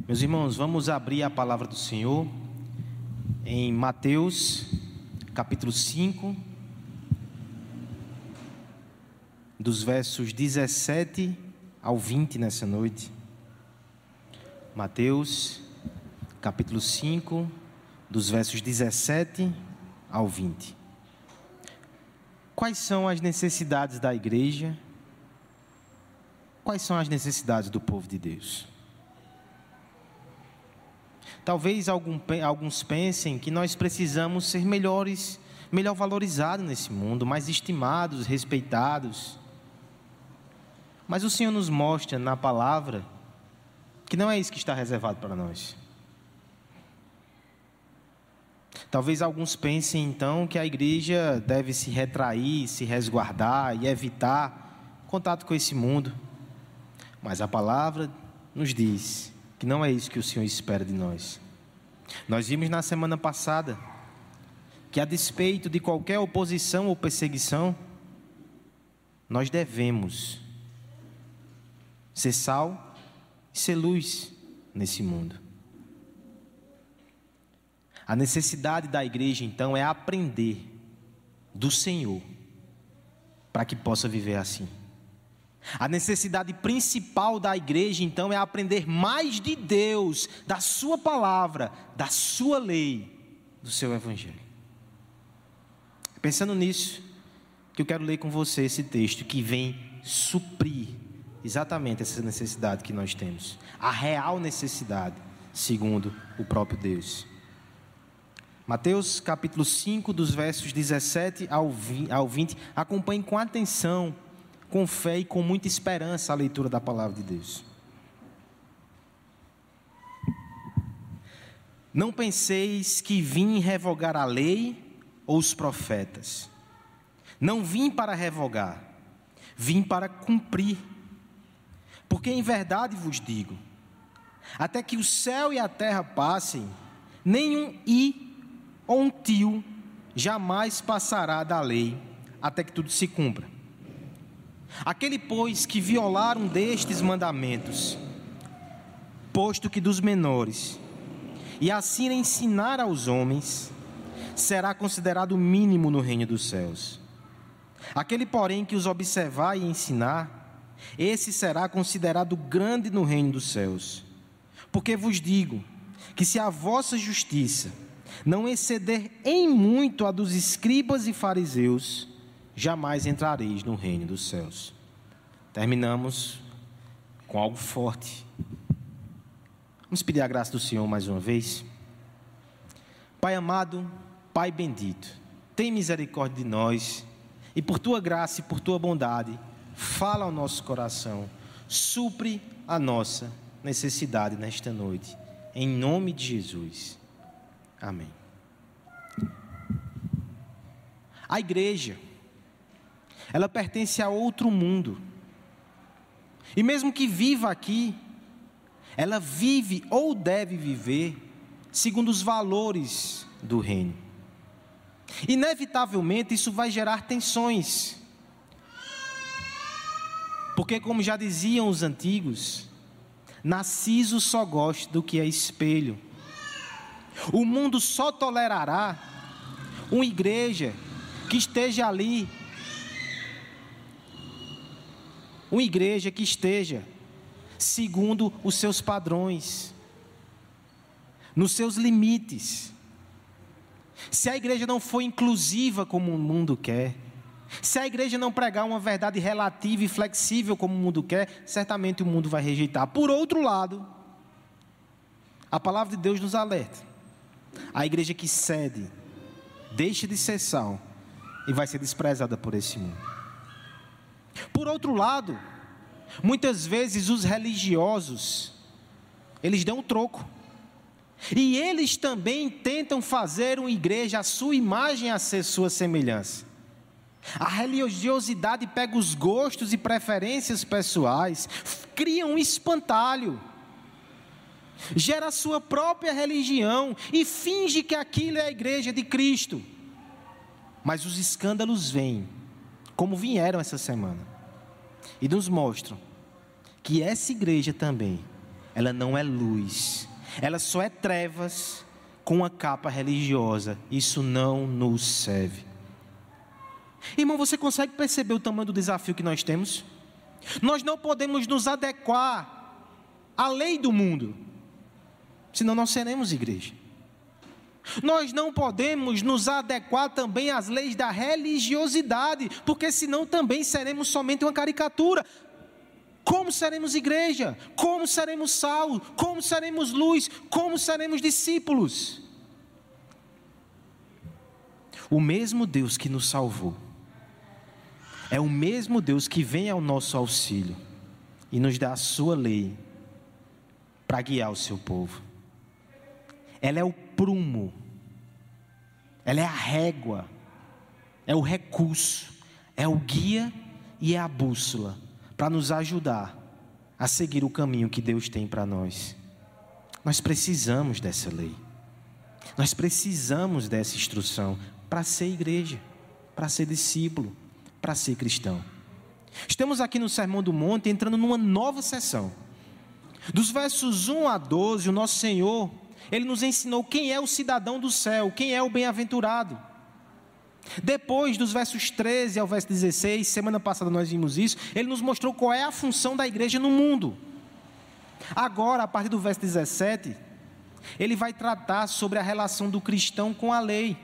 Meus irmãos, vamos abrir a palavra do Senhor em Mateus, capítulo 5, dos versos 17 ao 20 nessa noite. Mateus, capítulo 5, dos versos 17 ao 20. Quais são as necessidades da igreja? Quais são as necessidades do povo de Deus? Talvez alguns pensem que nós precisamos ser melhor valorizados nesse mundo, mais estimados, respeitados. Mas o Senhor nos mostra na palavra que não é isso que está reservado para nós. Talvez alguns pensem então que a igreja deve se retrair, se resguardar e evitar contato com esse mundo. Mas a palavra nos diz que não é isso que o Senhor espera de nós. Nós vimos na semana passada que, a despeito de qualquer oposição ou perseguição, nós devemos ser sal e ser luz nesse mundo. A necessidade da igreja, então, é aprender do Senhor para que possa viver assim. A necessidade principal da igreja, então, é aprender mais de Deus, da sua palavra, da sua lei, do seu evangelho. Pensando nisso, que eu quero ler com você esse texto que vem suprir exatamente essa necessidade que nós temos. A real necessidade, segundo o próprio Deus. Mateus capítulo 5, dos versos 17 ao 20. Acompanhe com atenção, com fé e com muita esperança a leitura da palavra de Deus. Não penseis que vim revogar a lei ou os profetas. Não vim para revogar, vim para cumprir. Porque em verdade vos digo, até que o céu e a terra passem, nenhum i ou um tio jamais passará da lei, até que tudo se cumpra. Aquele, pois, que violar um destes mandamentos, posto que dos menores, e assim ensinar aos homens, será considerado mínimo no reino dos céus. Aquele, porém, que os observar e ensinar, esse será considerado grande no reino dos céus. Porque vos digo que se a vossa justiça não exceder em muito a dos escribas e fariseus, jamais entrareis no reino dos céus. Terminamos com algo forte. Vamos pedir a graça do Senhor mais uma vez. Pai amado, Pai bendito, tem misericórdia de nós e por Tua graça e por Tua bondade, fala ao nosso coração, supre a nossa necessidade nesta noite, em nome de Jesus. Amém. A igreja, ela pertence a outro mundo. E mesmo que viva aqui, ela vive ou deve viver segundo os valores do reino. Inevitavelmente isso vai gerar tensões. Porque, como já diziam os antigos, Narciso só gosta do que é espelho. O mundo só tolerará uma igreja que esteja ali, uma igreja que esteja segundo os seus padrões, nos seus limites. Se a igreja não for inclusiva como o mundo quer, se a igreja não pregar uma verdade relativa e flexível como o mundo quer, certamente o mundo vai rejeitar. Por outro lado, a palavra de Deus nos alerta: a igreja que cede, deixa de ser sal e vai ser desprezada por esse mundo. Por outro lado, muitas vezes os religiosos, eles dão um troco. E eles também tentam fazer uma igreja à sua imagem, a ser sua semelhança. A religiosidade pega os gostos e preferências pessoais, cria um espantalho, gera a sua própria religião e finge que aquilo é a igreja de Cristo. Mas os escândalos vêm, como vieram essa semana, e nos mostram que essa igreja também ela não é luz, ela só é trevas com uma capa religiosa. Isso não nos serve. Irmão, você consegue perceber o tamanho do desafio que nós temos? Nós não podemos nos adequar à lei do mundo, senão nós seremos igreja. Nós não podemos nos adequar também às leis da religiosidade, porque senão também seremos somente uma caricatura. Como seremos igreja? Como seremos sal? Como seremos luz? Como seremos discípulos? O mesmo Deus que nos salvou é o mesmo Deus que vem ao nosso auxílio e nos dá a sua lei para guiar o seu povo. Ela é o prumo, ela é a régua, é o recurso, é o guia e é a bússola para nos ajudar a seguir o caminho que Deus tem para nós. Nós precisamos dessa lei, nós precisamos dessa instrução para ser igreja, para ser discípulo, para ser cristão. Estamos aqui no Sermão do Monte entrando numa nova sessão. Dos versos 1 a 12, o nosso Senhor, Ele nos ensinou quem é o cidadão do céu, quem é o bem-aventurado. Depois, dos versos 13 ao verso 16, semana passada nós vimos isso, Ele nos mostrou qual é a função da igreja no mundo. Agora, a partir do verso 17, Ele vai tratar sobre a relação do cristão com a lei.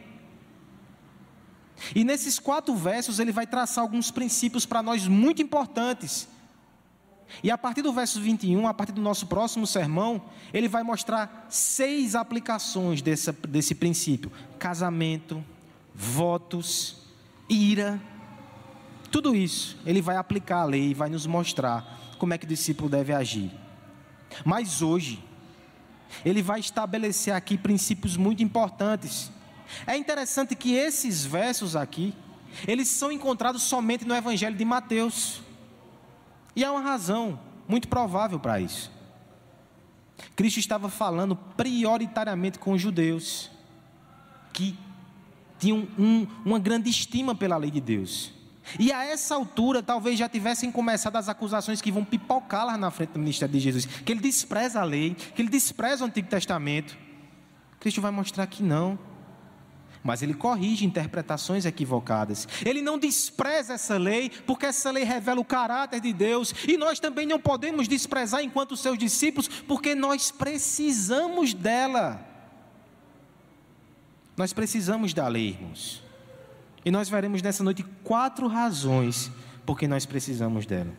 E nesses 4 versos, Ele vai traçar alguns princípios para nós muito importantes. E a partir do verso 21, a partir do nosso próximo sermão, Ele vai mostrar 6 aplicações desse princípio: casamento, votos, ira, tudo isso Ele vai aplicar a lei e vai nos mostrar como é que o discípulo deve agir. Mas hoje Ele vai estabelecer aqui princípios muito importantes. É interessante que esses versos aqui, eles são encontrados somente no Evangelho de Mateus, e há uma razão muito provável para isso. Cristo estava falando prioritariamente com os judeus, que tinham uma grande estima pela lei de Deus. E a essa altura, talvez já tivessem começado as acusações que vão pipocar lá na frente do ministério de Jesus, que Ele despreza a lei, que Ele despreza o Antigo Testamento. Cristo vai mostrar que não, mas Ele corrige interpretações equivocadas. Ele não despreza essa lei, porque essa lei revela o caráter de Deus, e nós também não podemos desprezar enquanto seus discípulos, porque nós precisamos dela. Nós precisamos da lei, irmãos. E nós veremos nessa noite 4 razões porque nós precisamos dela.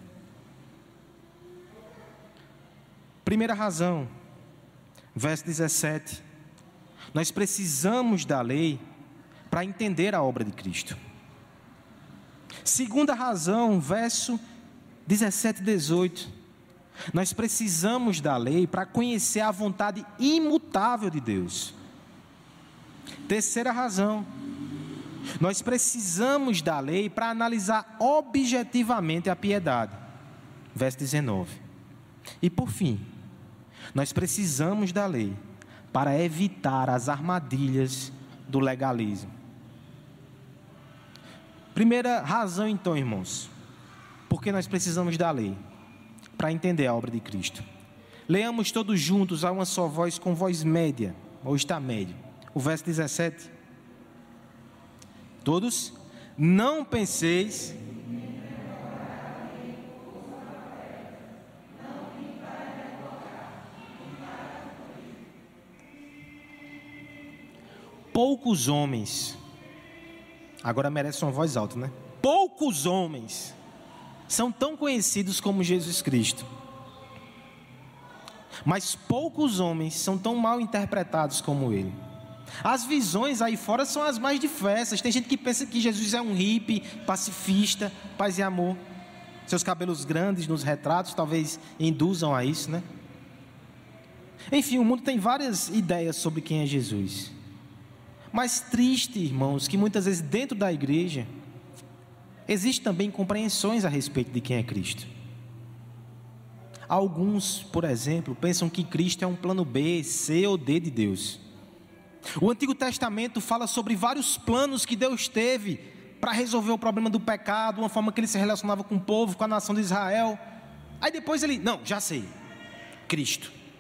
Primeira razão, verso 17. Nós precisamos da lei para entender a obra de Cristo. Segunda razão, verso 17 e 18. Nós precisamos da lei para conhecer a vontade imutável de Deus. Terceira razão, nós precisamos da lei para analisar objetivamente a piedade. Verso 19. E por fim, nós precisamos da lei para evitar as armadilhas do legalismo. Primeira razão, então, irmãos, porque nós precisamos da lei para entender a obra de Cristo. Leamos todos juntos a uma só voz, com voz média, ou está médio. O verso 17. Todos? Não penseis poucos homens, agora merece uma voz alta, né? Poucos homens são tão conhecidos como Jesus Cristo, mas poucos homens são tão mal interpretados como Ele. As visões aí fora são as mais diversas. Tem gente que pensa que Jesus é um hippie, pacifista, paz e amor. Seus cabelos grandes nos retratos talvez induzam a isso, né? Enfim, o mundo tem várias ideias sobre quem é Jesus. Mas triste, irmãos, que muitas vezes dentro da igreja existem também compreensões a respeito de quem é Cristo. Alguns, por exemplo, pensam que Cristo é um plano B, C ou D de Deus. O Antigo Testamento fala sobre vários planos que Deus teve para resolver o problema do pecado, uma forma que Ele se relacionava com o povo, com a nação de Israel. Aí depois Ele, não, já sei, Cristo.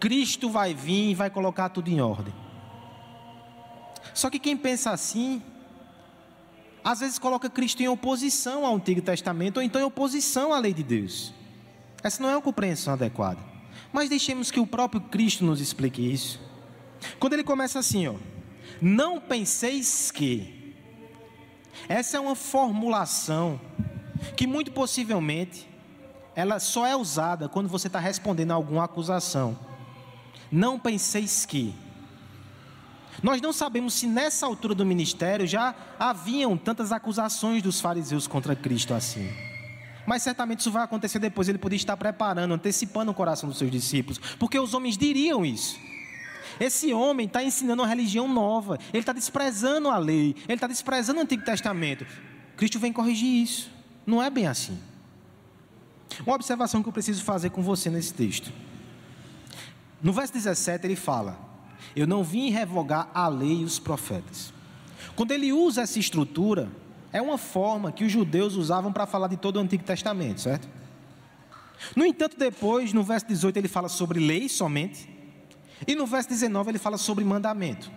Cristo vai vir e vai colocar tudo em ordem. Só que quem pensa assim, às vezes coloca Cristo em oposição ao Antigo Testamento, ou então em oposição à lei de Deus. Essa não é uma compreensão adequada. Mas deixemos que o próprio Cristo nos explique isso. Quando ele começa assim, não penseis que. Essa é uma formulação que muito possivelmente ela só é usada quando você está respondendo a alguma acusação. Não penseis que. Nós não sabemos se nessa altura do ministério já haviam tantas acusações dos fariseus contra Cristo assim. Mas certamente isso vai acontecer depois. Ele podia estar preparando, antecipando o coração dos seus discípulos, porque os homens diriam isso. Esse homem está ensinando uma religião nova, ele está desprezando a lei, ele está desprezando o Antigo Testamento. Cristo vem corrigir isso. Não é bem assim. Uma observação que eu preciso fazer com você nesse texto. No verso 17 ele fala: eu não vim revogar a lei e os profetas. Quando ele usa essa estrutura, é uma forma que os judeus usavam para falar de todo o Antigo Testamento, certo? No entanto, depois, no verso 18, ele fala sobre lei somente, e no verso 19 ele fala sobre mandamento.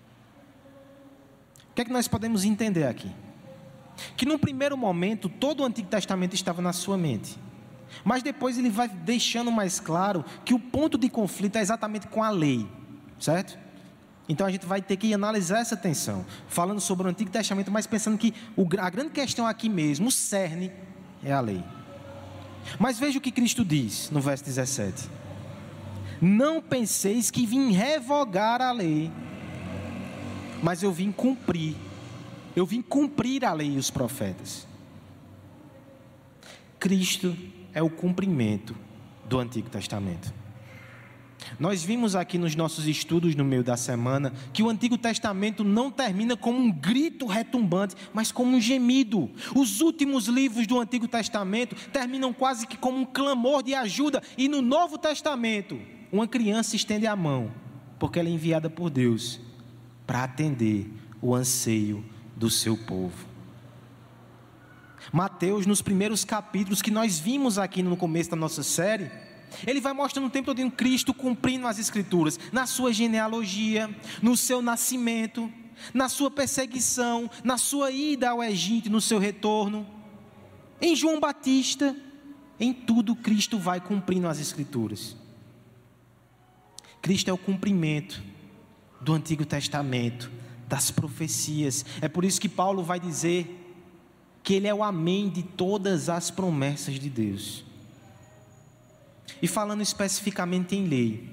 O que é que nós podemos entender aqui? Que no primeiro momento, todo o Antigo Testamento estava na sua mente, mas depois ele vai deixando mais claro que o ponto de conflito é exatamente com a lei, certo? Então a gente vai ter que analisar essa tensão, falando sobre o Antigo Testamento, mas pensando que a grande questão aqui mesmo, o cerne, é a lei. Mas veja o que Cristo diz no verso 17: não penseis que vim revogar a lei, mas eu vim cumprir a lei e os profetas. Cristo é o cumprimento do Antigo Testamento. Nós vimos aqui nos nossos estudos no meio da semana que o Antigo Testamento não termina como um grito retumbante, mas como um gemido. Os últimos livros do Antigo Testamento terminam quase que como um clamor de ajuda. E no Novo Testamento, uma criança estende a mão, porque ela é enviada por Deus para atender o anseio do seu povo. Mateus, nos primeiros capítulos que nós vimos aqui no começo da nossa série, ele vai mostrando o tempo todo Cristo cumprindo as Escrituras, na sua genealogia, no seu nascimento, na sua perseguição, na sua ida ao Egito, no seu retorno, em João Batista, em tudo Cristo vai cumprindo as Escrituras. Cristo é o cumprimento do Antigo Testamento, das profecias. É por isso que Paulo vai dizer que ele é o amém de todas as promessas de Deus. E falando especificamente em lei,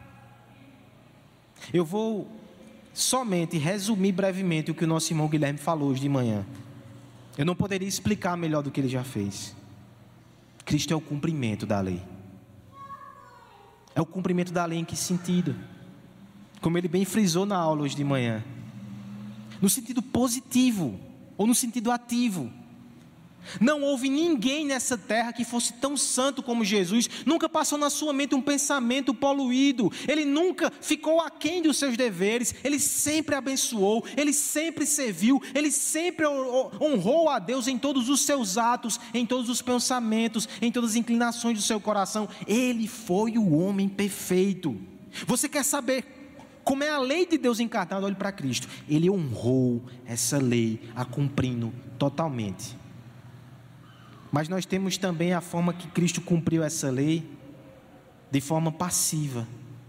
eu vou somente resumir brevemente o que o nosso irmão Guilherme falou hoje de manhã. Eu não poderia explicar melhor do que ele já fez. Cristo é o cumprimento da lei. É o cumprimento da lei em que sentido? Como ele bem frisou na aula hoje de manhã. No sentido positivo ou no sentido ativo. Não houve ninguém nessa terra que fosse tão santo como Jesus. Nunca passou na sua mente um pensamento poluído. Ele nunca ficou aquém dos seus deveres. Ele sempre abençoou, ele sempre serviu, ele sempre honrou a Deus em todos os seus atos, em todos os pensamentos, em todas as inclinações do seu coração. Ele foi o homem perfeito. Você quer saber como é a lei de Deus encarnada? Olhe para Cristo. Ele honrou essa lei, a cumprindo totalmente. Mas nós temos também a forma que Cristo cumpriu essa lei, de forma passiva.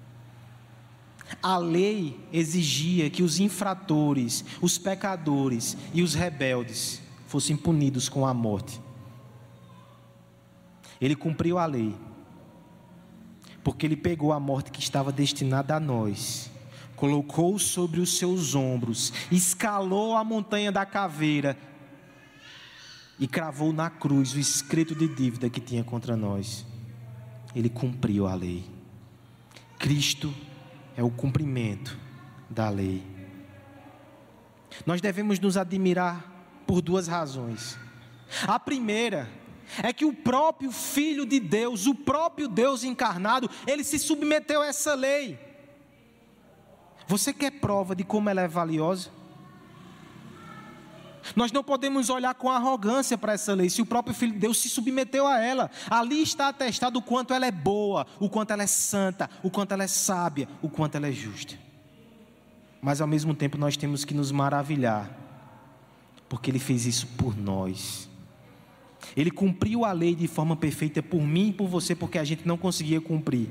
A lei exigia que os infratores, os pecadores e os rebeldes fossem punidos com a morte. Ele cumpriu a lei, porque ele pegou a morte que estava destinada a nós, colocou sobre os seus ombros, escalou a montanha da caveira e cravou na cruz o escrito de dívida que tinha contra nós. Ele cumpriu a lei. Cristo é o cumprimento da lei. Nós devemos nos admirar por duas razões. A primeira é que o próprio Filho de Deus, o próprio Deus encarnado, ele se submeteu a essa lei. Você quer prova de como ela é valiosa? Nós não podemos olhar com arrogância para essa lei, se o próprio Filho de Deus se submeteu a ela. Ali está atestado o quanto ela é boa, o quanto ela é santa, o quanto ela é sábia, o quanto ela é justa. Mas ao mesmo tempo nós temos que nos maravilhar, porque Ele fez isso por nós. Ele cumpriu a lei de forma perfeita por mim e por você, porque a gente não conseguia cumprir.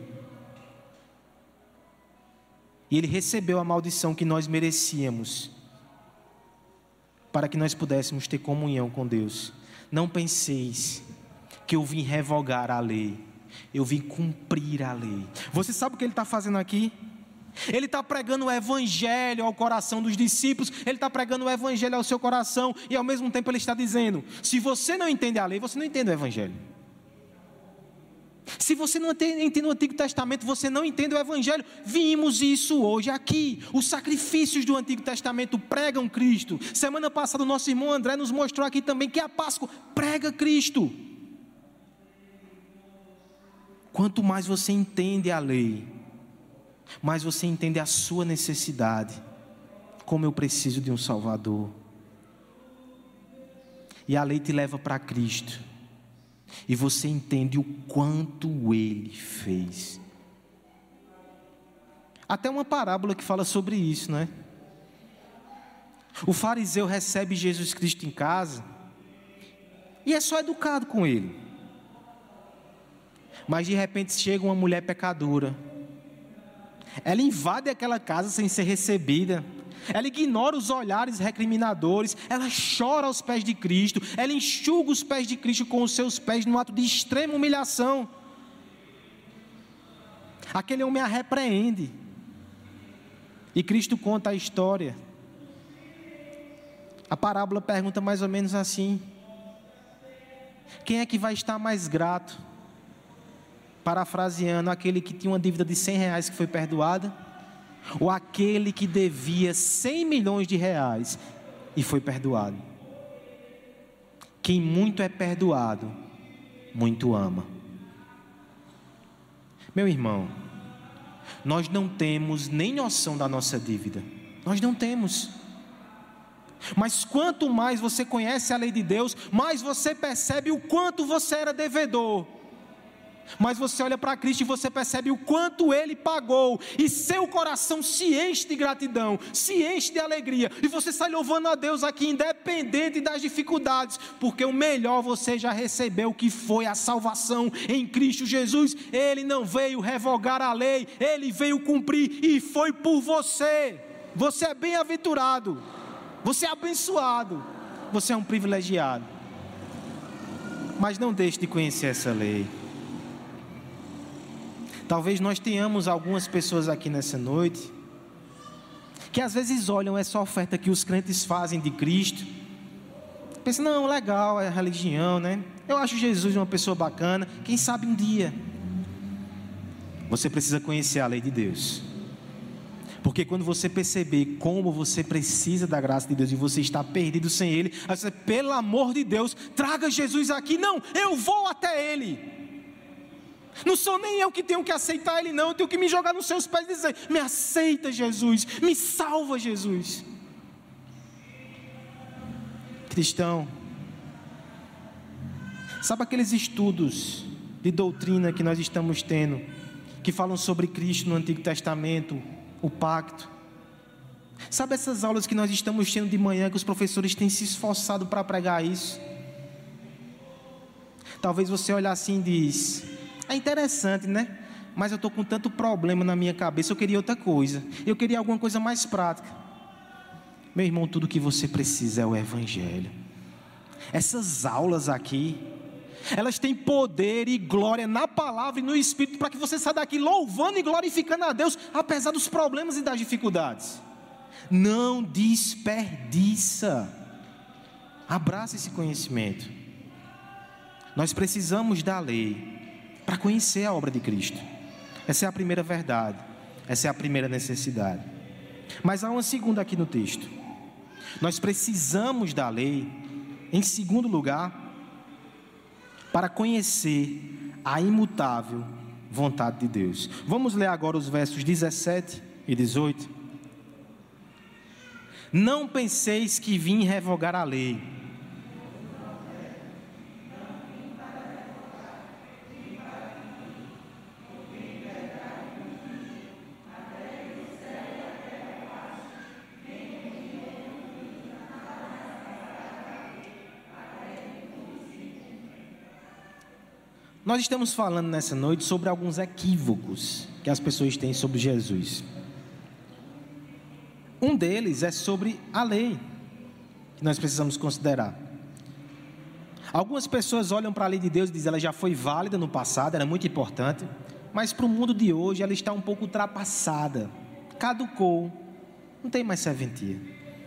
E Ele recebeu a maldição que nós merecíamos, para que nós pudéssemos ter comunhão com Deus. Não penseis que eu vim revogar a lei, eu vim cumprir a lei. Você sabe o que Ele está fazendo aqui? Ele está pregando o evangelho ao coração dos discípulos, Ele está pregando o evangelho ao seu coração, e ao mesmo tempo Ele está dizendo: se você não entende a lei, você não entende o evangelho. Se você não entende o Antigo Testamento, você não entende o Evangelho. Vimos isso hoje aqui. Os sacrifícios do Antigo Testamento pregam Cristo. Semana passada o nosso irmão André nos mostrou aqui também que a Páscoa prega Cristo. Quanto mais você entende a lei, mais você entende a sua necessidade. Como eu preciso de um Salvador. E a lei te leva para Cristo. E você entende o quanto Ele fez. Até uma parábola que fala sobre isso, não é? O fariseu recebe Jesus Cristo em casa e é só educado com Ele. Mas de repente chega uma mulher pecadora. Ela invade aquela casa sem ser recebida. Ela ignora os olhares recriminadores, ela chora aos pés de Cristo, ela enxuga os pés de Cristo com os seus pés num ato de extrema humilhação. Aquele homem a repreende, e Cristo conta a história. A parábola pergunta mais ou menos assim: quem é que vai estar mais grato? Parafraseando, aquele que tinha uma dívida de R$100 que foi perdoada, ou aquele que devia 100 milhões de reais e foi perdoado? Quem muito é perdoado, muito ama. Meu irmão, nós não temos nem noção da nossa dívida. Nós não temos. Mas quanto mais você conhece a lei de Deus, mais você percebe o quanto você era devedor. Mas você olha para Cristo e você percebe o quanto Ele pagou, e seu coração se enche de gratidão, se enche de alegria, e você sai louvando a Deus aqui, independente das dificuldades, porque o melhor você já recebeu, que foi a salvação em Cristo Jesus. Ele não veio revogar a lei, Ele veio cumprir, e foi por você. Você é bem-aventurado, você é abençoado, você é um privilegiado. Mas não deixe de conhecer essa lei. Talvez nós tenhamos algumas pessoas aqui nessa noite que às vezes olham essa oferta que os crentes fazem de Cristo, pensam: não, legal, é a religião, né? Eu acho Jesus uma pessoa bacana, quem sabe um dia. Você precisa conhecer a lei de Deus, porque quando você perceber como você precisa da graça de Deus e você está perdido sem Ele, aí você, pelo amor de Deus, traga Jesus aqui. Não, eu vou até Ele. Não sou nem eu que tenho que aceitar Ele, não. Eu tenho que me jogar nos seus pés e dizer: me aceita, Jesus, me salva, Jesus. Cristão, sabe aqueles estudos de doutrina que nós estamos tendo, que falam sobre Cristo no Antigo Testamento, o pacto? Sabe essas aulas que nós estamos tendo de manhã, que os professores têm se esforçado para pregar isso? Talvez você olhe assim e diz: é interessante, né? Mas eu estou com tanto problema na minha cabeça, eu queria outra coisa. Eu queria alguma coisa mais prática. Meu irmão, tudo que você precisa é o Evangelho. Essas aulas aqui, elas têm poder e glória na palavra e no Espírito, para que você saia daqui louvando e glorificando a Deus, apesar dos problemas e das dificuldades. Não desperdiça. Abraça esse conhecimento. Nós precisamos da lei para conhecer a obra de Cristo. Essa é a primeira verdade, essa é a primeira necessidade. Mas há uma segunda aqui no texto. Nós precisamos da lei, em segundo lugar, para conhecer a imutável vontade de Deus. Vamos ler agora os versos 17 e 18. Não penseis que vim revogar a lei. Nós estamos falando nessa noite sobre alguns equívocos que as pessoas têm sobre Jesus. Um deles é sobre a lei, que nós precisamos considerar. Algumas pessoas olham para a lei de Deus e dizem que ela já foi válida no passado, era muito importante, mas para o mundo de hoje ela está um pouco ultrapassada, caducou, não tem mais serventia.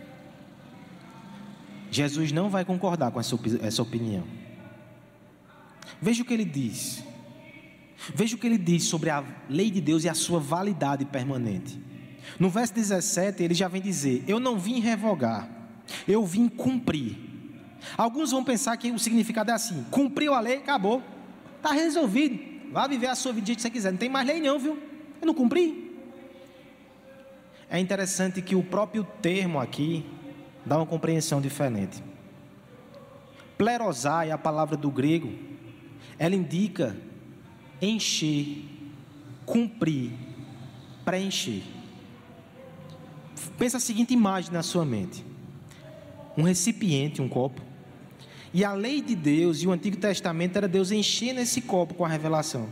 Jesus não vai concordar com essa opinião. Veja o que ele diz. Veja o que ele diz sobre a lei de Deus e a sua validade permanente. No verso 17 ele já vem dizer: eu não vim revogar, eu vim cumprir. Alguns vão pensar que o significado é assim: cumpriu a lei, acabou, está resolvido, vá viver a sua vida do jeito que você quiser, não tem mais lei não, viu? Eu não cumpri. É interessante que o próprio termo aqui dá uma compreensão diferente. Plerosai, a palavra do grego, ela indica encher, cumprir, preencher. Pensa a seguinte imagem na sua mente: um recipiente, um copo, e a lei de Deus e o Antigo Testamento era Deus enchendo esse copo com a revelação.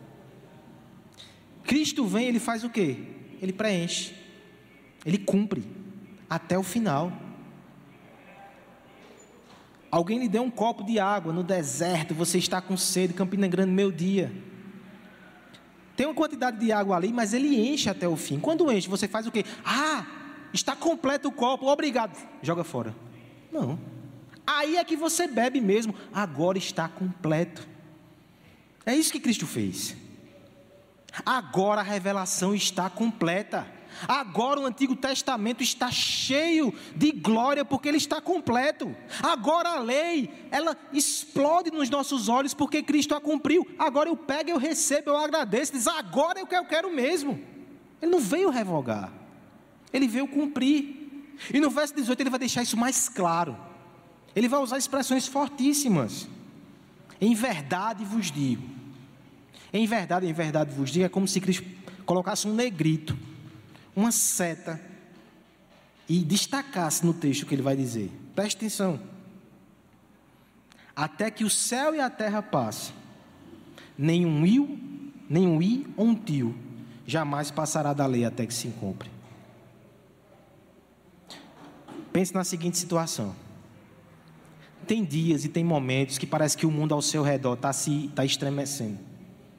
Cristo vem, ele faz o quê? Ele preenche, ele cumpre até o final. Alguém lhe deu um copo de água no deserto, você está com sede, Campina Grande, meio-dia. Tem uma quantidade de água ali, mas ele enche até o fim. Quando enche, você faz o quê? Está completo o copo, obrigado, joga fora. Não. Aí é que você bebe mesmo, agora está completo. É isso que Cristo fez. Agora a revelação está completa. Agora o Antigo Testamento está cheio de glória, porque ele está completo. Agora a lei, ela explode nos nossos olhos, porque Cristo a cumpriu. Agora eu pego, eu recebo, eu agradeço, diz, agora é o que eu quero mesmo. Ele não veio revogar, ele veio cumprir. E no verso 18 ele vai deixar isso mais claro. Ele vai usar expressões fortíssimas. Em verdade vos digo. Em verdade vos digo, é como se Cristo colocasse um negrito, uma seta, e destacasse no texto o que ele vai dizer. Preste atenção: até que o céu e a terra passem, nenhum i ou um tio jamais passará da lei até que se cumpra. Pense na seguinte situação: tem dias e tem momentos que parece que o mundo ao seu redor está estremecendo.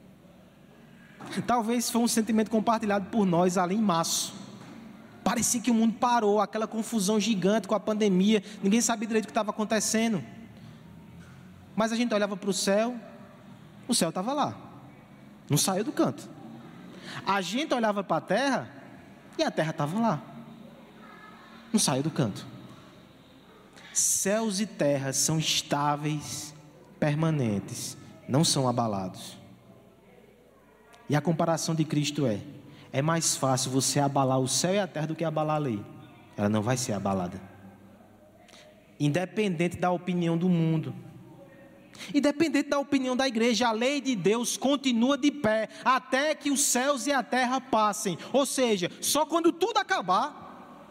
Talvez foi um sentimento compartilhado por nós ali em março. Parecia que o mundo parou, aquela confusão gigante com a pandemia, ninguém sabia direito o que estava acontecendo. Mas a gente olhava para o céu estava lá, não saiu do canto. A gente olhava para a terra e a terra estava lá, não saiu do canto. Céus e terras são estáveis, permanentes, não são abalados. E a comparação de Cristo é mais fácil você abalar o céu e a terra do que abalar a lei. Ela não vai ser abalada, independente da opinião do mundo, independente da opinião da igreja. A lei de Deus continua de pé até que os céus e a terra passem. Ou seja, só quando tudo acabar.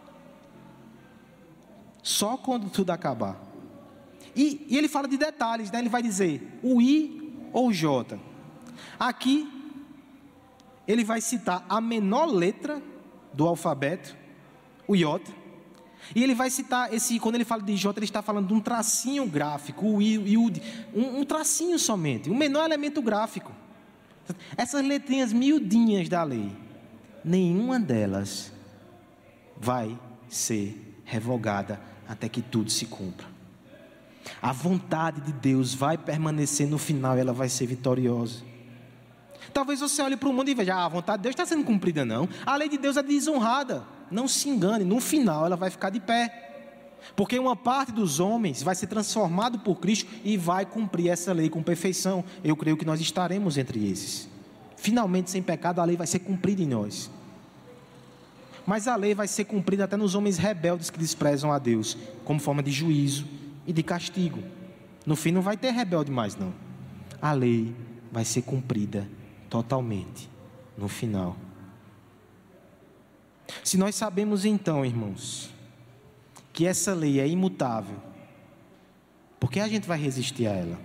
Só quando tudo acabar. E ele fala de detalhes, né? Ele vai dizer o I ou o J. Aqui ele vai citar a menor letra do alfabeto, o J. E ele vai citar quando ele fala de J, ele está falando de um tracinho gráfico, o I e o D, um tracinho somente, o menor elemento gráfico. Essas letrinhas miudinhas da lei, nenhuma delas vai ser revogada até que tudo se cumpra. A vontade de Deus vai permanecer no final, ela vai ser vitoriosa. Talvez você olhe para o mundo e veja, a vontade de Deus está sendo cumprida. Não, a lei de Deus é desonrada. Não se engane, no final ela vai ficar de pé, porque uma parte dos homens vai ser transformado por Cristo e vai cumprir essa lei com perfeição. Eu creio que nós estaremos entre esses. Finalmente, sem pecado, a lei vai ser cumprida em nós. Mas a lei vai ser cumprida até nos homens rebeldes que desprezam a Deus, como forma de juízo e de castigo. No fim não vai ter rebelde mais não. A lei vai ser cumprida totalmente no final. Se nós sabemos então, irmãos, que essa lei é imutável, por que a gente vai resistir a ela?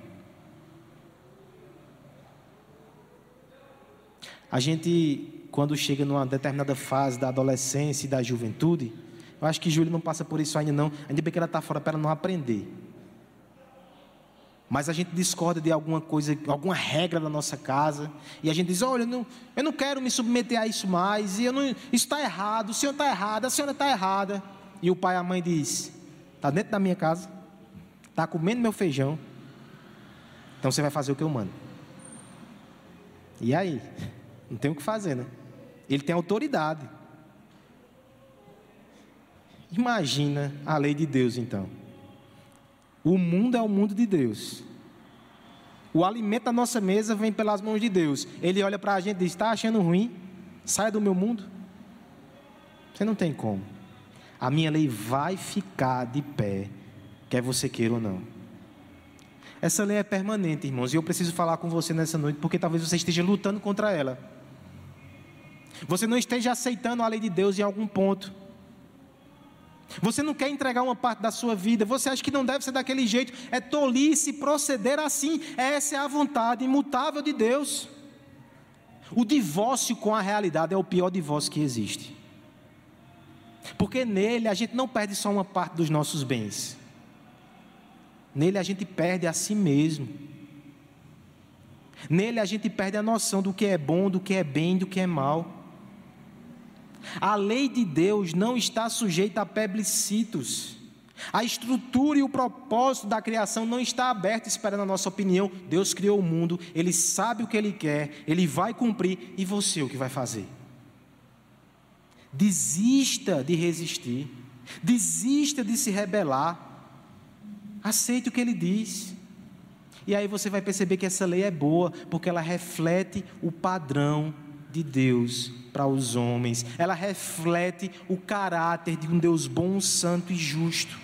A gente, quando chega numa determinada fase da adolescência e da juventude, eu acho que Júlia não passa por isso ainda não, ainda bem que ela está fora para ela não aprender. Mas a gente discorda de alguma coisa, alguma regra da nossa casa, e a gente diz, olha, eu não quero me submeter a isso mais, isso está errado, o senhor está errado, a senhora está errada. E o pai e a mãe diz, está dentro da minha casa, está comendo meu feijão, então você vai fazer o que eu mando. E aí? Não tem o que fazer, né? Ele tem autoridade. Imagina a lei de Deus então. O mundo é o mundo de Deus. O alimento da nossa mesa vem pelas mãos de Deus. Ele olha para a gente e diz, está achando ruim? Saia do meu mundo. Você não tem como. A minha lei vai ficar de pé, quer você queira ou não. Essa lei é permanente, irmãos, e eu preciso falar com você nessa noite, porque talvez você esteja lutando contra ela. Você não esteja aceitando a lei de Deus em algum ponto. Você não quer entregar uma parte da sua vida, você acha que não deve ser daquele jeito, é tolice proceder assim. Essa é a vontade imutável de Deus. O divórcio com a realidade é o pior divórcio que existe, porque nele a gente não perde só uma parte dos nossos bens, nele a gente perde a si mesmo, nele a gente perde a noção do que é bom, do que é bem, do que é mal. A lei de Deus não está sujeita a plebiscitos. A estrutura e o propósito da criação não está aberto esperando a nossa opinião. Deus criou o mundo, Ele sabe o que Ele quer, Ele vai cumprir, e você o que vai fazer? Desista de resistir, desista de se rebelar, aceite o que Ele diz. E aí você vai perceber que essa lei é boa, porque ela reflete o padrão de Deus para os homens, ela reflete o caráter de um Deus bom, santo e justo.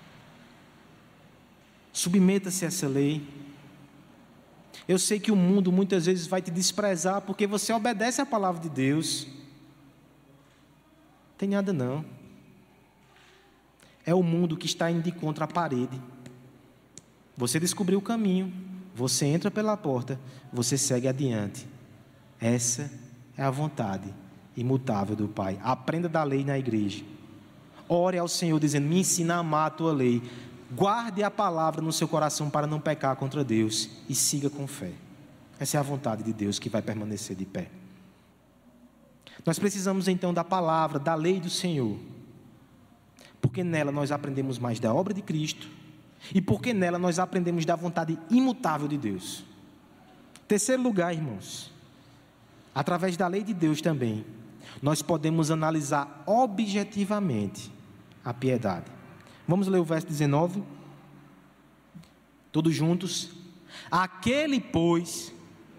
Submeta-se a essa lei. Eu sei que o mundo muitas vezes vai te desprezar porque você obedece à palavra de Deus. Não tem nada não. É o mundo que está indo de contra a parede. Você descobriu o caminho, você entra pela porta, você segue adiante. Essa é a vontade imutável do Pai. Aprenda da lei na igreja. Ore ao Senhor dizendo, me ensina a amar a tua lei. Guarde a palavra no seu coração para não pecar contra Deus e siga com fé. Essa é a vontade de Deus que vai permanecer de pé. Nós precisamos então da palavra, da lei do Senhor, porque nela nós aprendemos mais da obra de Cristo e porque nela nós aprendemos da vontade imutável de Deus. Terceiro lugar, irmãos, através da lei de Deus também, nós podemos analisar objetivamente a piedade. Vamos ler o verso 19? Todos juntos. Aquele, pois...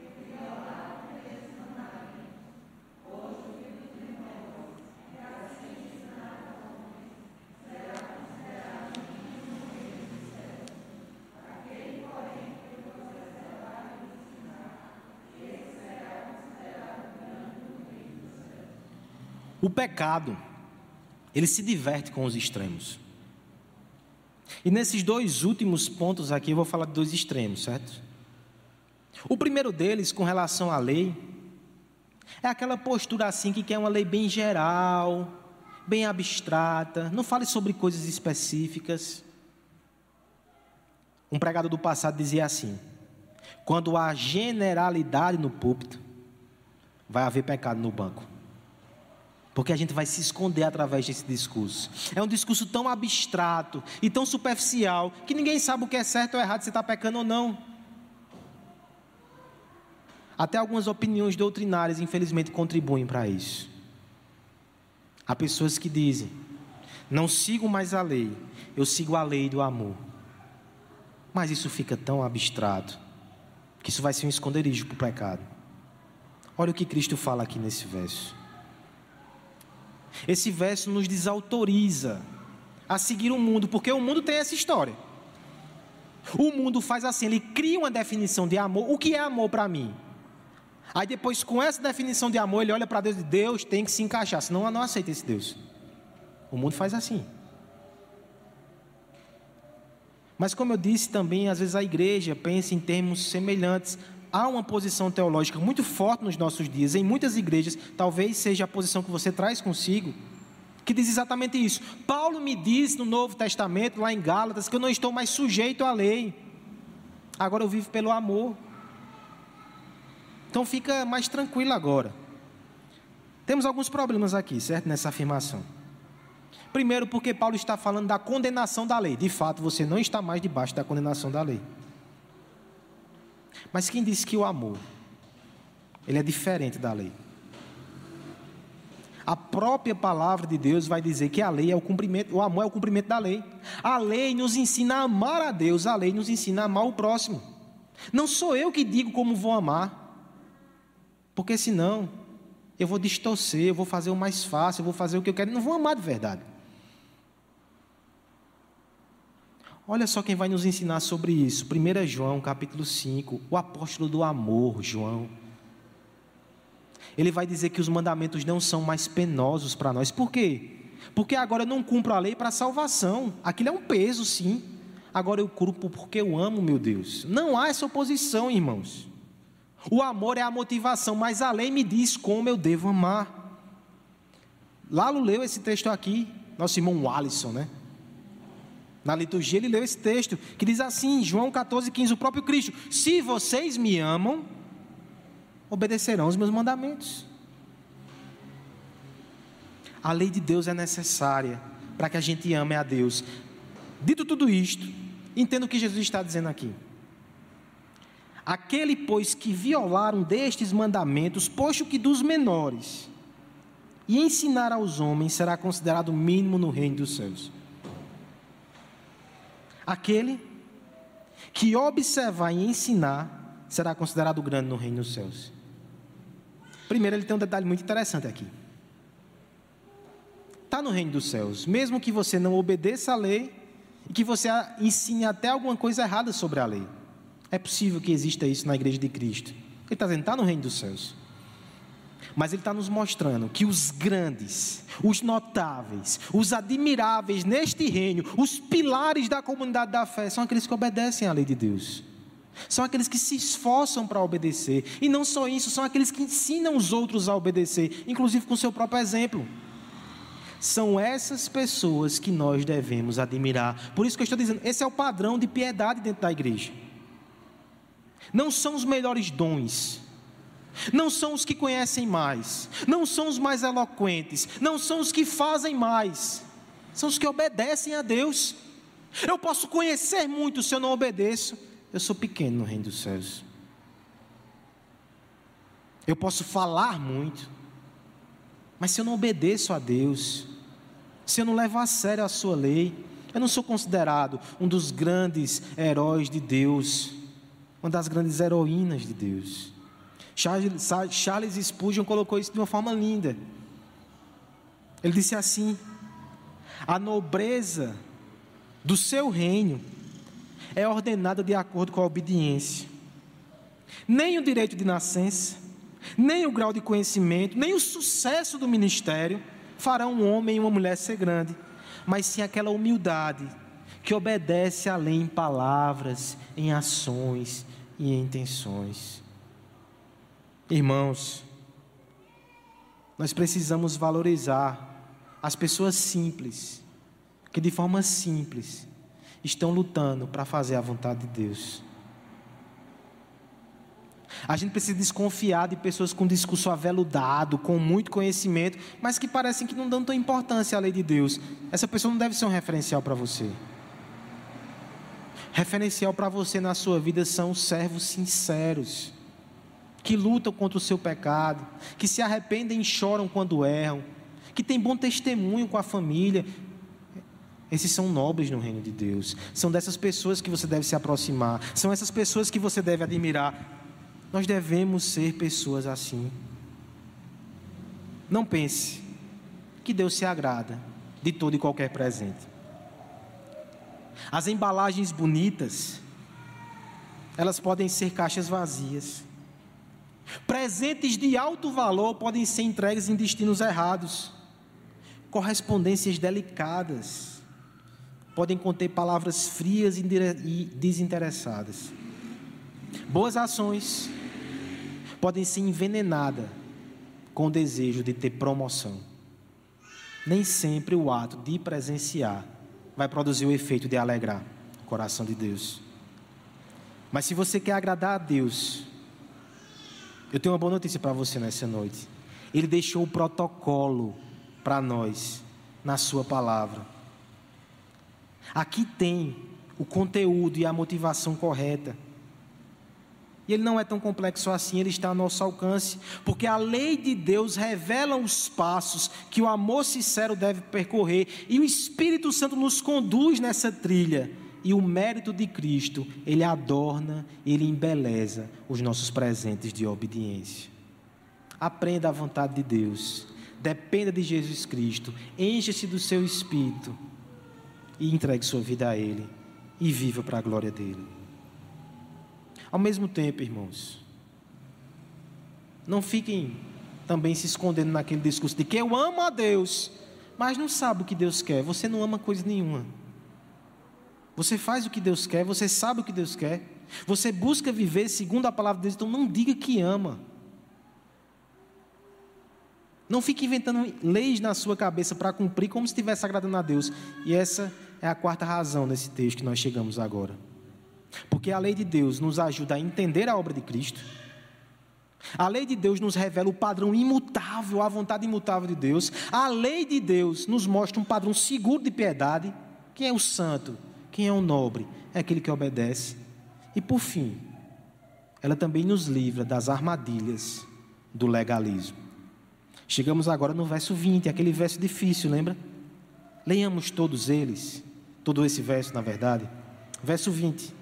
O pecado, ele se diverte com os extremos. E nesses dois últimos pontos aqui, eu vou falar de dois extremos, certo? O primeiro deles, com relação à lei, é aquela postura assim que quer uma lei bem geral, bem abstrata, não fale sobre coisas específicas. Um pregador do passado dizia assim, quando há generalidade no púlpito, vai haver pecado no banco. Porque a gente vai se esconder através desse discurso. É um discurso tão abstrato e tão superficial que ninguém sabe o que é certo ou errado, se está pecando ou não. Até algumas opiniões doutrinárias, infelizmente, contribuem para isso. Há pessoas que dizem, não sigo mais a lei, eu sigo a lei do amor. Mas isso fica tão abstrato, que isso vai ser um esconderijo para o pecado. Olha o que Cristo fala aqui nesse verso. Esse verso nos desautoriza a seguir o mundo, porque o mundo tem essa história. O mundo faz assim, ele cria uma definição de amor. O que é amor para mim? Aí depois, com essa definição de amor, ele olha para Deus e diz: Deus tem que se encaixar, senão eu não aceito esse Deus. O mundo faz assim. Mas como eu disse também, às vezes a igreja pensa em termos semelhantes. Há uma posição teológica muito forte nos nossos dias, em muitas igrejas, talvez seja a posição que você traz consigo, que diz exatamente isso. Paulo me diz no Novo Testamento, lá em Gálatas, que eu não estou mais sujeito à lei, agora eu vivo pelo amor. Então fica mais tranquilo agora. Temos alguns problemas aqui, certo? Nessa afirmação. Primeiro, porque Paulo está falando da condenação da lei. De fato, você não está mais debaixo da condenação da lei. Mas quem disse que o amor, ele é diferente da lei? A própria palavra de Deus vai dizer que a lei é o cumprimento, o amor é o cumprimento da lei. A lei nos ensina a amar a Deus, a lei nos ensina a amar o próximo. Não sou eu que digo como vou amar, porque senão eu vou distorcer, eu vou fazer o mais fácil, eu vou fazer o que eu quero, não vou amar de verdade. Olha só quem vai nos ensinar sobre isso. 1 João, capítulo 5, o apóstolo do amor, João. Ele vai dizer que os mandamentos não são mais penosos para nós. Por quê? Porque agora eu não cumpro a lei para salvação. Aquilo é um peso, sim. Agora eu cumpro porque eu amo, meu Deus. Não há essa oposição, irmãos. O amor é a motivação, mas a lei me diz como eu devo amar. Lalo leu esse texto aqui, nosso irmão Alisson, né? Na liturgia ele leu esse texto, que diz assim, João 14,15, o próprio Cristo: se vocês me amam, obedecerão os meus mandamentos. A lei de Deus é necessária para que a gente ame a Deus. Dito tudo isto, entenda o que Jesus está dizendo aqui. Aquele, pois, que violar um destes mandamentos, posto que dos menores, e ensinar aos homens, será considerado mínimo no reino dos céus. Aquele que observar e ensinar será considerado grande no reino dos céus. Primeiro, ele tem um detalhe muito interessante aqui. Está no reino dos céus, mesmo que você não obedeça a lei e que você ensine até alguma coisa errada sobre a lei. É possível que exista isso na igreja de Cristo. Ele está dizendo, está no reino dos céus. Mas ele está nos mostrando que os grandes, os notáveis, os admiráveis neste reino, os pilares da comunidade da fé, são aqueles que obedecem à lei de Deus. São aqueles que se esforçam para obedecer. E não só isso, são aqueles que ensinam os outros a obedecer, inclusive com o seu próprio exemplo. São essas pessoas que nós devemos admirar. Por isso que eu estou dizendo, esse é o padrão de piedade dentro da igreja. Não são os melhores dons, não são os que conhecem mais, não são os mais eloquentes, não são os que fazem mais, são os que obedecem a Deus. Eu posso conhecer muito, se eu não obedeço, eu sou pequeno no reino dos céus. Eu posso falar muito, mas se eu não obedeço a Deus, se eu não levo a sério a sua lei, eu não sou considerado um dos grandes heróis de Deus, uma das grandes heroínas de Deus. Charles Spurgeon colocou isso de uma forma linda. Ele disse assim: a nobreza do seu reino é ordenada de acordo com a obediência. Nem o direito de nascença, nem o grau de conhecimento, nem o sucesso do ministério farão um homem e uma mulher ser grande, mas sim aquela humildade que obedece à lei em palavras, em ações e em intenções. Irmãos, nós precisamos valorizar as pessoas simples, que de forma simples estão lutando para fazer a vontade de Deus. A gente precisa desconfiar de pessoas com discurso aveludado, com muito conhecimento, mas que parecem que não dão tanta importância à lei de Deus. Essa pessoa não deve ser um referencial para você. Referencial para você na sua vida são os servos sinceros, que lutam contra o seu pecado, que se arrependem e choram quando erram, que têm bom testemunho com a família. Esses são nobres no reino de Deus. São dessas pessoas que você deve se aproximar, são essas pessoas que você deve admirar. Nós devemos ser pessoas assim. Não pense que Deus se agrada de todo e qualquer presente. As embalagens bonitas, elas podem ser caixas vazias. Presentes de alto valor podem ser entregues em destinos errados. Correspondências delicadas podem conter palavras frias e desinteressadas. Boas ações podem ser envenenadas com o desejo de ter promoção. Nem sempre o ato de presenciar vai produzir o efeito de alegrar o coração de Deus. Mas se você quer agradar a Deus, eu tenho uma boa notícia para você nessa noite. Ele deixou o protocolo para nós na sua palavra. Aqui tem o conteúdo e a motivação correta. E ele não é tão complexo assim, ele está ao nosso alcance, porque a lei de Deus revela os passos que o amor sincero deve percorrer, e o Espírito Santo nos conduz nessa trilha, e o mérito de Cristo, ele adorna, ele embeleza os nossos presentes de obediência. Aprenda a vontade de Deus, dependa de Jesus Cristo, encha-se do seu Espírito, e entregue sua vida a Ele, e viva para a glória dEle. Ao mesmo tempo, irmãos, não fiquem também se escondendo naquele discurso de que eu amo a Deus, mas não sabe o que Deus quer. Você não ama coisa nenhuma. Você faz o que Deus quer, você sabe o que Deus quer. Você busca viver segundo a palavra de Deus, então não diga que ama. Não fique inventando leis na sua cabeça para cumprir como se estivesse agradando a Deus. E essa é a quarta razão desse texto que nós chegamos agora. Porque a lei de Deus nos ajuda a entender a obra de Cristo. A lei de Deus nos revela o padrão imutável, a vontade imutável de Deus. A lei de Deus nos mostra um padrão seguro de piedade. Quem é o santo? Quem é o nobre? É aquele que obedece. E por fim, ela também nos livra das armadilhas do legalismo. Chegamos agora no verso 20, aquele verso difícil, lembra? Leiamos todos eles, todo esse verso na verdade. Verso 20.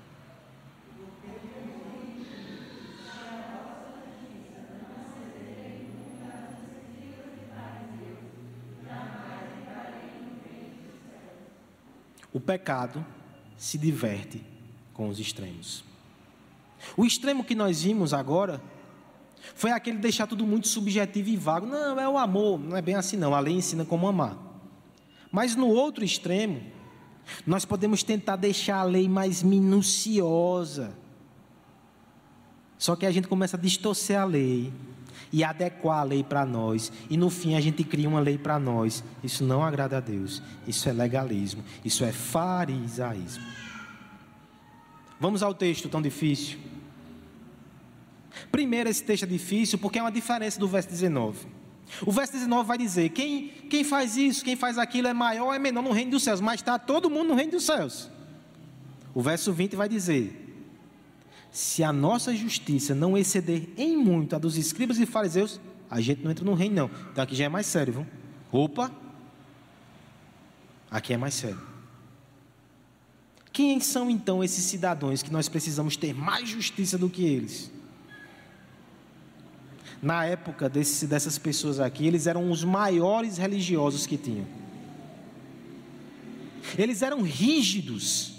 O pecado se diverte com os extremos. O extremo que nós vimos agora foi aquele de deixar tudo muito subjetivo e vago. Não, é o amor, não é bem assim não, a lei ensina como amar. Mas no outro extremo, nós podemos tentar deixar a lei mais minuciosa. Só que a gente começa a distorcer a lei e adequar a lei para nós, e no fim a gente cria uma lei para nós. Isso não agrada a Deus, isso é legalismo, isso é farisaísmo. Vamos ao texto tão difícil. Primeiro, esse texto é difícil porque é uma diferença do verso 19. O verso 19 vai dizer, quem faz isso, quem faz aquilo é maior ou é menor no reino dos céus, mas está todo mundo no reino dos céus. O verso 20 vai dizer, se a nossa justiça não exceder em muito a dos escribas e fariseus, a gente não entra no reino não. Então aqui já é mais sério, viu? Opa! Aqui é mais sério. Quem são então esses cidadãos que nós precisamos ter mais justiça do que eles? Na época dessas pessoas aqui, eles eram os maiores religiosos que tinham. Eles eram rígidos.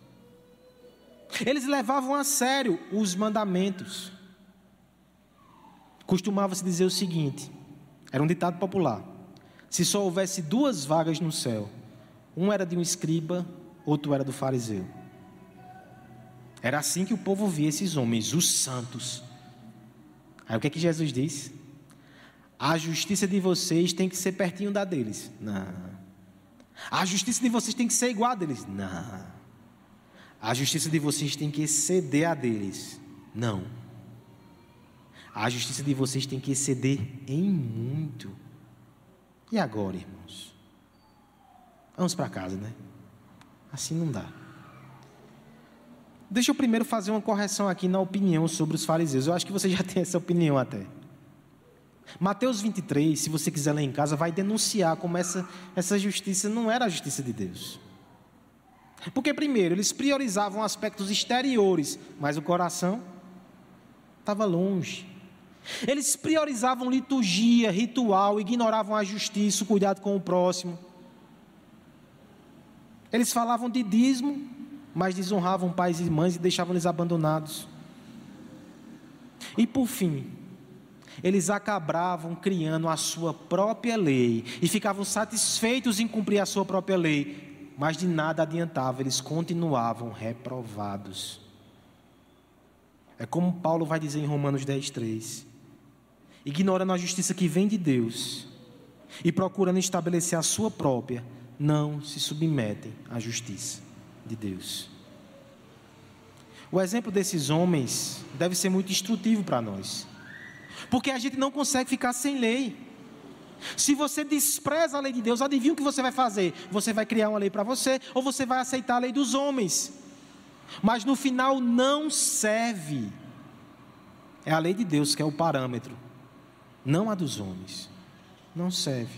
Eles levavam a sério os mandamentos. Costumava-se dizer o seguinte, era um ditado popular: se só houvesse 2 vagas no céu, um era de um escriba, outro era do fariseu. Era assim que o povo via esses homens, os santos. Aí o que é que Jesus diz? A justiça de vocês tem que ser pertinho da deles. Não. A justiça de vocês tem que ser igual a deles. Não. A justiça de vocês tem que exceder a deles. Não. A justiça de vocês tem que exceder em muito. E agora, irmãos? Vamos para casa, né? Assim não dá. Deixa eu primeiro fazer uma correção aqui na opinião sobre os fariseus. Eu acho que você já tem essa opinião até. Mateus 23, se você quiser ler em casa, vai denunciar como essa justiça não era a justiça de Deus. Porque primeiro, eles priorizavam aspectos exteriores, mas o coração estava longe. Eles priorizavam liturgia, ritual, ignoravam a justiça, o cuidado com o próximo. Eles falavam de dízimo, mas desonravam pais e mães e deixavam-eles abandonados. E por fim, eles acabavam criando a sua própria lei e ficavam satisfeitos em cumprir a sua própria lei, mas de nada adiantava, eles continuavam reprovados. É como Paulo vai dizer em Romanos 10:3: ignorando a justiça que vem de Deus e procurando estabelecer a sua própria, não se submetem à justiça de Deus. O exemplo desses homens deve ser muito instrutivo para nós, porque a gente não consegue ficar sem lei. Se você despreza a lei de Deus, adivinha o que você vai fazer? Você vai criar uma lei para você, ou você vai aceitar a lei dos homens, mas no final não serve. É a lei de Deus que é o parâmetro, não a dos homens. Não serve.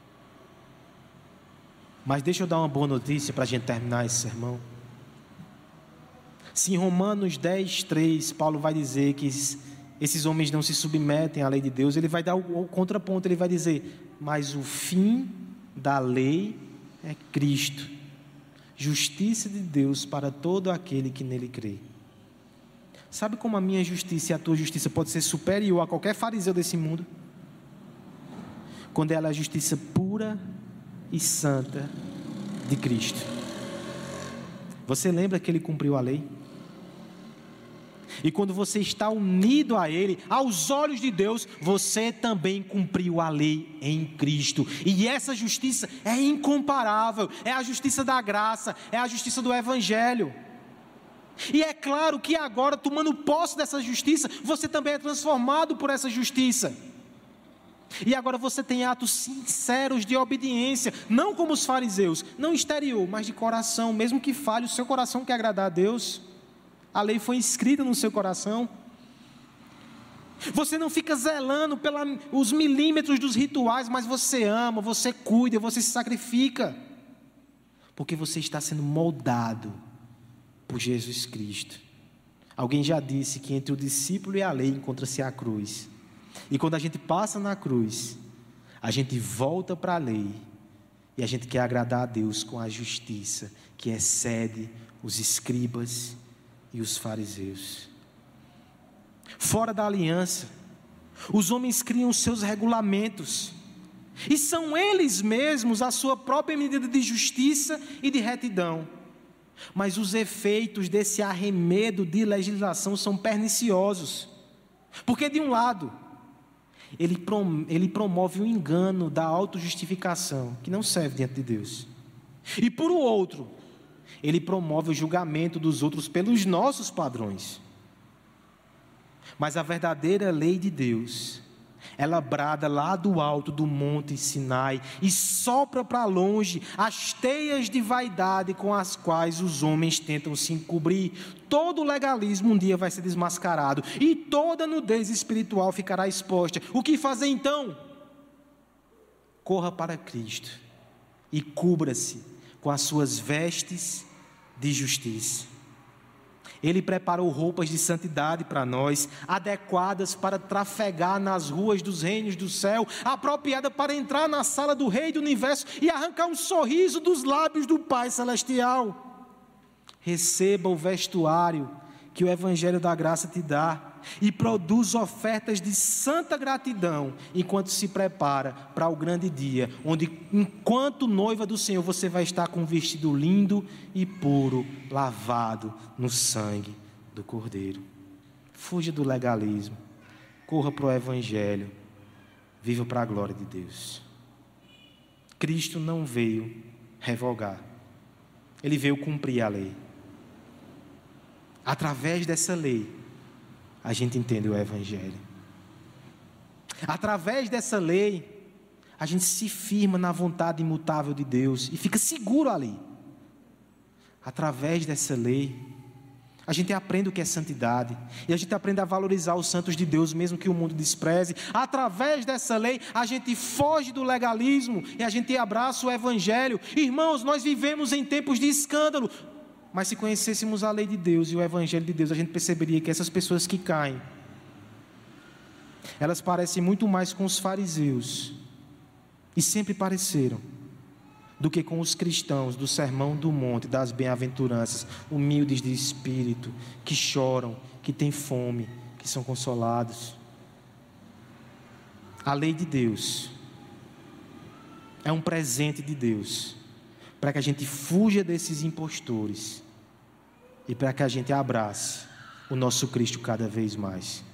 Mas deixa eu dar uma boa notícia para a gente terminar esse sermão. Se em Romanos 10:3 Paulo vai dizer que esses homens não se submetem à lei de Deus, ele vai dar o contraponto, ele vai dizer: mas o fim da lei é Cristo, justiça de Deus para todo aquele que nele crê. Sabe como a minha justiça e a tua justiça pode ser superior a qualquer fariseu desse mundo? Quando ela é a justiça pura e santa de Cristo. Você lembra que Ele cumpriu a lei? E quando você está unido a Ele, aos olhos de Deus, você também cumpriu a lei em Cristo. E essa justiça é incomparável, é a justiça da graça, é a justiça do Evangelho. E é claro que agora, tomando posse dessa justiça, você também é transformado por essa justiça. E agora você tem atos sinceros de obediência, não como os fariseus, não exterior, mas de coração. Mesmo que falhe, o seu coração quer agradar a Deus. A lei foi escrita no seu coração. Você não fica zelando pelos milímetros dos rituais, mas você ama, você cuida, você se sacrifica, porque você está sendo moldado por Jesus Cristo. Alguém já disse que entre o discípulo e a lei encontra-se a cruz. E quando a gente passa na cruz, a gente volta para a lei e a gente quer agradar a Deus com a justiça que excede os escribas e os fariseus. Fora da aliança, os homens criam os seus regulamentos e são eles mesmos a sua própria medida de justiça e de retidão. Mas os efeitos desse arremedo de legislação são perniciosos, porque de um lado ele promove o engano da autojustificação, que não serve diante de Deus, e por outro, ele promove o julgamento dos outros pelos nossos padrões. Mas a verdadeira lei de Deus, ela brada lá do alto do monte Sinai e sopra para longe as teias de vaidade com as quais os homens tentam se encobrir. Todo legalismo um dia vai ser desmascarado e toda nudez espiritual ficará exposta. O que fazer então? Corra para Cristo e cubra-se com as suas vestes de justiça. Ele preparou roupas de santidade para nós, adequadas para trafegar nas ruas dos reinos do céu, apropriada para entrar na sala do Rei do Universo e arrancar um sorriso dos lábios do Pai Celestial. Receba o vestuário que o Evangelho da Graça te dá e produz ofertas de santa gratidão enquanto se prepara para o grande dia, onde, enquanto noiva do Senhor, você vai estar com um vestido lindo e puro, lavado no sangue do Cordeiro. Fuja do legalismo, corra para o Evangelho, viva para a glória de Deus. Cristo não veio revogar, Ele veio cumprir a lei. Através dessa lei, a gente entende o Evangelho. Através dessa lei, a gente se firma na vontade imutável de Deus e fica seguro ali. Através dessa lei, a gente aprende o que é santidade e a gente aprende a valorizar os santos de Deus, mesmo que o mundo despreze. Através dessa lei, a gente foge do legalismo e a gente abraça o Evangelho. Irmãos, nós vivemos em tempos de escândalo. Mas se conhecêssemos a lei de Deus e o Evangelho de Deus, a gente perceberia que essas pessoas que caem, elas parecem muito mais com os fariseus, e sempre pareceram, do que com os cristãos do Sermão do Monte, das bem-aventuranças, humildes de espírito, que choram, que têm fome, que são consolados. A lei de Deus é um presente de Deus, para que a gente fuja desses impostores e para que a gente abrace o nosso Cristo cada vez mais.